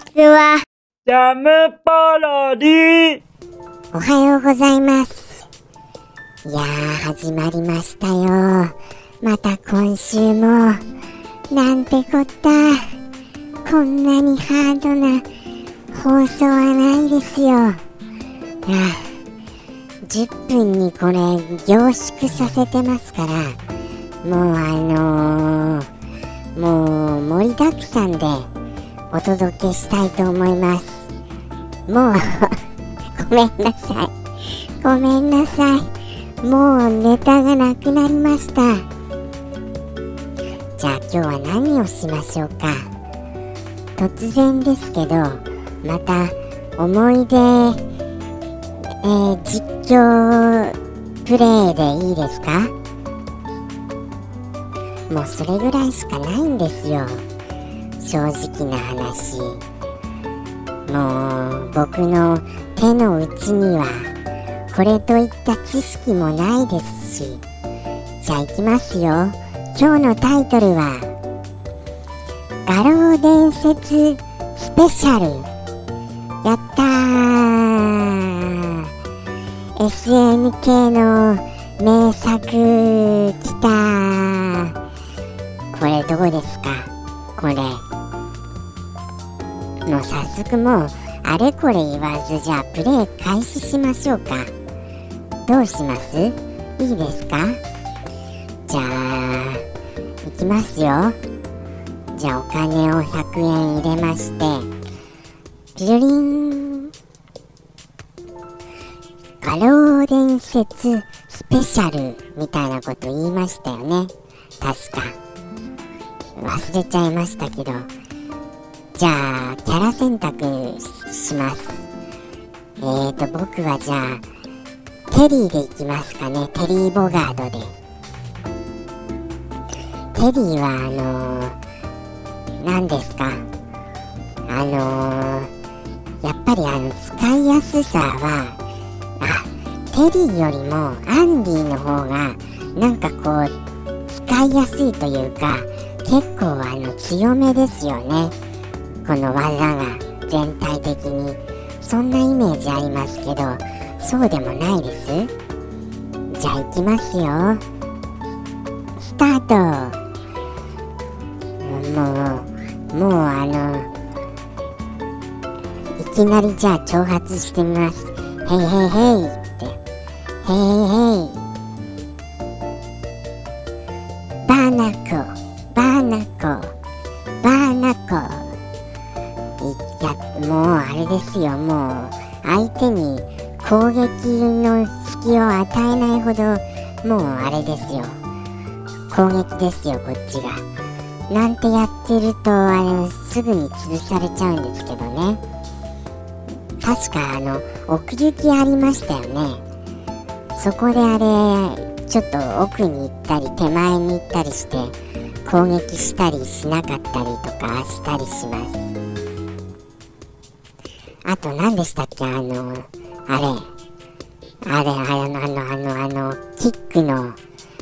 ちは。 ジャムパロディ。 おはようございます。いや始まりましたよ。また今週もなんてこった。こんなにハードな放送はないですよ。10分にこれ凝縮させてますから、もう盛りだくさんでお届けしたいと思います。もうごめんなさい。もうネタがなくなりました。じゃあ今日は何をしましょうか。突然ですけど、また思い出、実況プレイでいいですか。もうそれぐらいしかないんですよ、正直な話。もう僕の手の内にはこれといった知識もないですし。じゃあ行きますよ。今日のタイトルは画廊伝説スペシャル。やったー、 SNK の名作きたー。これどうですか。これもう早速もうあれこれ言わず、じゃあプレイ開始しましょうか。どうします？いいですか。じゃあいきますよ。じゃあお金を100円入れまして、ピルリン、画廊伝説スペシャルみたいなこと言いましたよね、確か。忘れちゃいましたけど。じゃあキャラ選択します。僕はじゃあテリーでいきますかね。テリー・ボガードで。テリーは何ですか、やっぱり使いやすさはテリーよりもアンディの方がなんかこう使いやすいというか、結構強めですよね、この技が全体的に。そんなイメージありますけど、そうでもないです。じゃあ行きますよ。スタート。もういきなりじゃあ挑発してみます。ヘイヘイヘイって、ヘイヘイヘイ、バーナコもうあれですよ。もう相手に攻撃の隙を与えないほど、もうあれですよ、攻撃ですよこっちが。なんてやってるとすぐに潰されちゃうんですけどね。確か奥行きありましたよね。そこでちょっと奥に行ったり手前に行ったりして攻撃したりしなかったりとかしたりします。あと何でしたっけ、キックの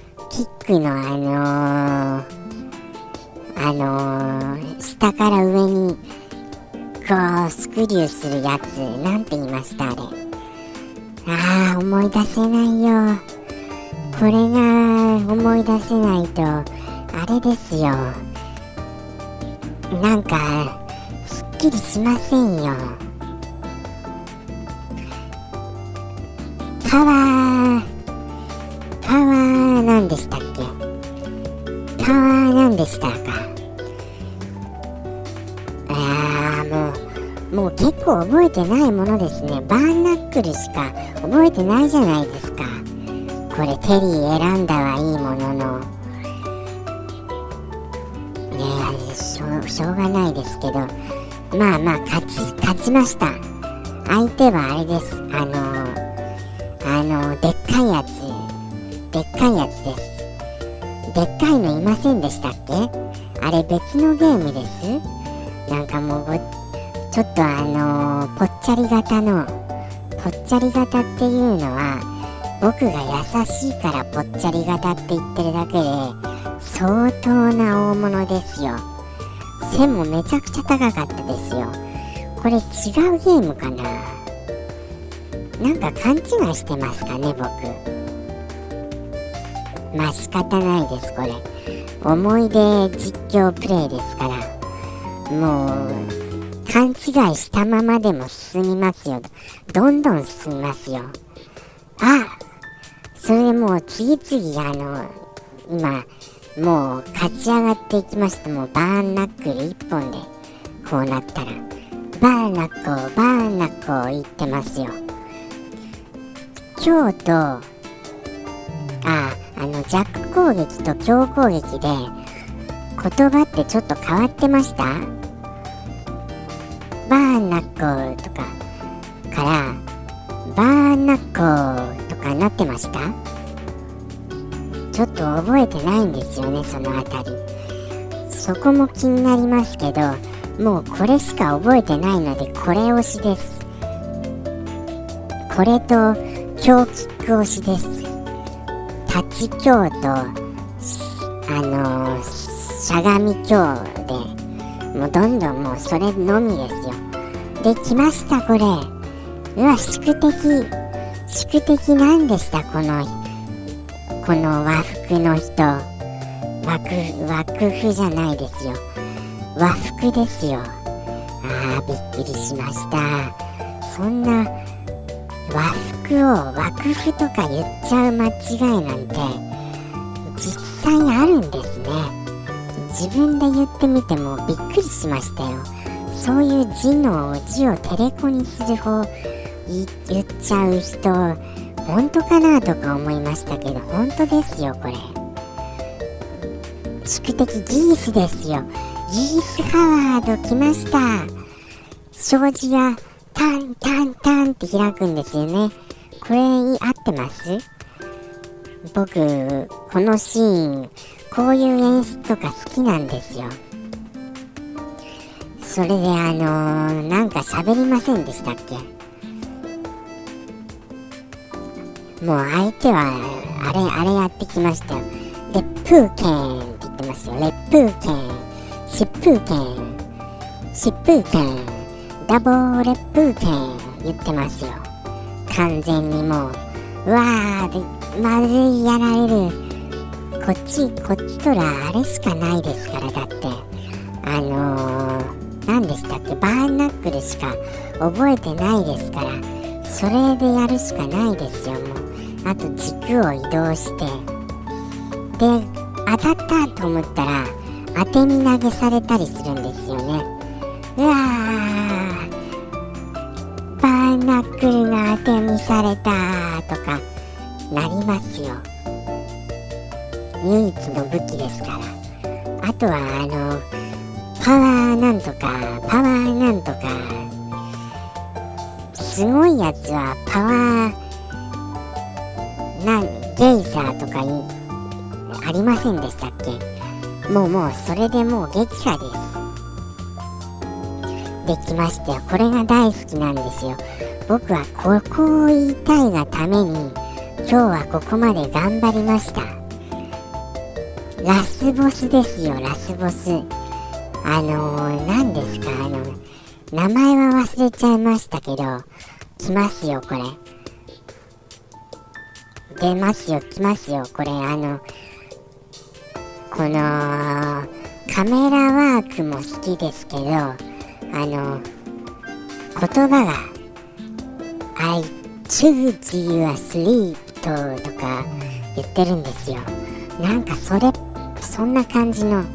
下から上にこうスクリューするやつ、なんて言いましたあれ。思い出せないよ。これが思い出せないとあれですよ、なんかすっきりしませんよ。パワーなんでしたっけ。パワーなんでしたか。もう結構覚えてないものですね。バーンナックルしか覚えてないじゃないですか。これテリー選んだはいいものの、しょうがないですけど、まあ勝ちました。相手はあれです。でっかいやつです。でっかいのいませんでしたっけ。あれ別のゲームです。なんかもうちょっとぽっちゃり型っていうのは、僕が優しいからぽっちゃり型って言ってるだけで相当な大物ですよ。背もめちゃくちゃ高かったですよ。 これ違うゲームかな。なんか勘違いしてますかね、僕。まあ仕方ないです。これ思い出実況プレイですから、もう勘違いしたままでも進みますよ。どんどん進みますよ。それでもう次々今もう勝ち上がっていきまして、もうバーンナックル一本でこうなったらバーンナッコ言ってますよ。今日と弱攻撃と強攻撃で言葉ってちょっと変わってました？バーンナッコとかからバーンナッコとかなってました？ちょっと覚えてないんですよね、そのあたり。そこも気になりますけど、もうこれしか覚えてないのでこれ押しです。これと強キック押しです。立ち強としゃがみ強で、もうどんどんもうそれのみですよ。できました、これ。うわ、宿敵なんでした、この和服の人。和服じゃないですよ、和服ですよ。びっくりしました。そんな和服を和服とか言っちゃう間違いなんて実際あるんですね。自分で言ってみてもびっくりしましたよ。そういう字をテレコにする方言っちゃう人本当かなとか思いましたけど、本当ですよ。これ宿敵ギースですよ。ギースハワード来ました。障子がタンタンタンって開くんですよね。これ合ってます？僕このシーンこういう演出とか好きなんですよ。それでなんか喋りませんでしたっけ？もう相手はあれやってきましたよ。烈風剣って言ってますよ。烈風剣、疾風剣、ダボー烈風剣言ってますよ。完全にもうわーでまずい、やられる。こっちとらあれしかないですから。だって何でしたっけ、バーンナックルしか覚えてないですから、それでやるしかないですよ。もうあと軸を移動してで当たったと思ったら当て身投げされたりするんですよね。うわー、バーンナックルが当て身されたとかなりますよ。唯一の武器ですから。あとはパワーなんとかすごいやつはパワーゲイザーとかありませんでしたっけ？もうそれでもう撃破です。できましたよ。これが大好きなんですよ。僕はここを言いたいがために今日はここまで頑張りました。ラスボスですよ、ラスボス。何ですか、名前は忘れちゃいましたけど、来ますよ、これ。出ますよ、来ますよ、これ。このカメラワークも好きですけど、言葉が I choose your sleep とか言ってるんですよ。なんかそんな感じの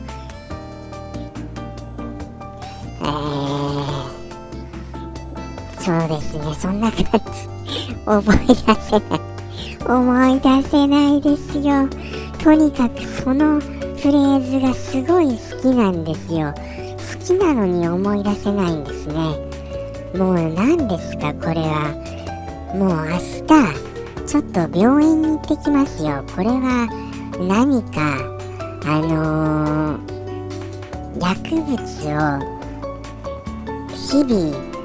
そうですね、そんな感じ思い出せないですよ。とにかくそのフレーズがすごい好きなんですよ。好きなのに思い出せないんですね。もう何ですかこれは。もう明日ちょっと病院に行ってきますよ。これは何か薬物を日々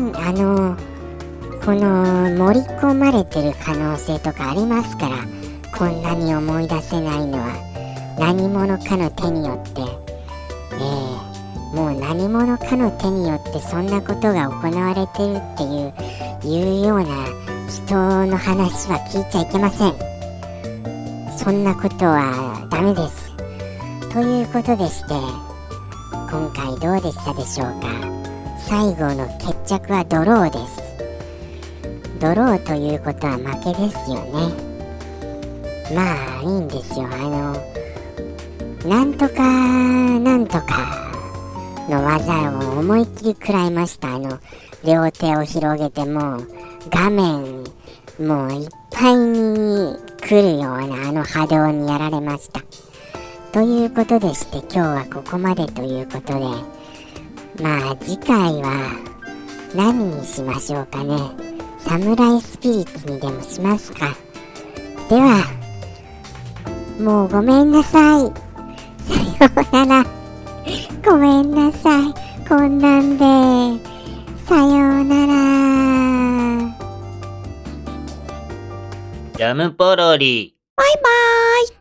この盛り込まれてる可能性とかありますから、こんなに思い出せないのは何者かの手によって、もう何何者かの手によってそんなことが行われてるっていうような人の話は聞いちゃいけません。そんなことはダメです。ということでして、今回どうでしたでしょうか。最後の決着はドローです。ドローということは負けですよね。まあいいんですよ。なんとかの技を思いっきり食らいました。両手を広げてもう画面もういっぱいに来るような波動にやられました。ということでして、今日はここまでということで、まあ次回は何にしましょうかね。サムライスピリッツにでもしますか。ではもうごめんなさい。さようなら。ごめんなさい。こんなんで。さようなら。 ジャムポロリ。 バイバーイ。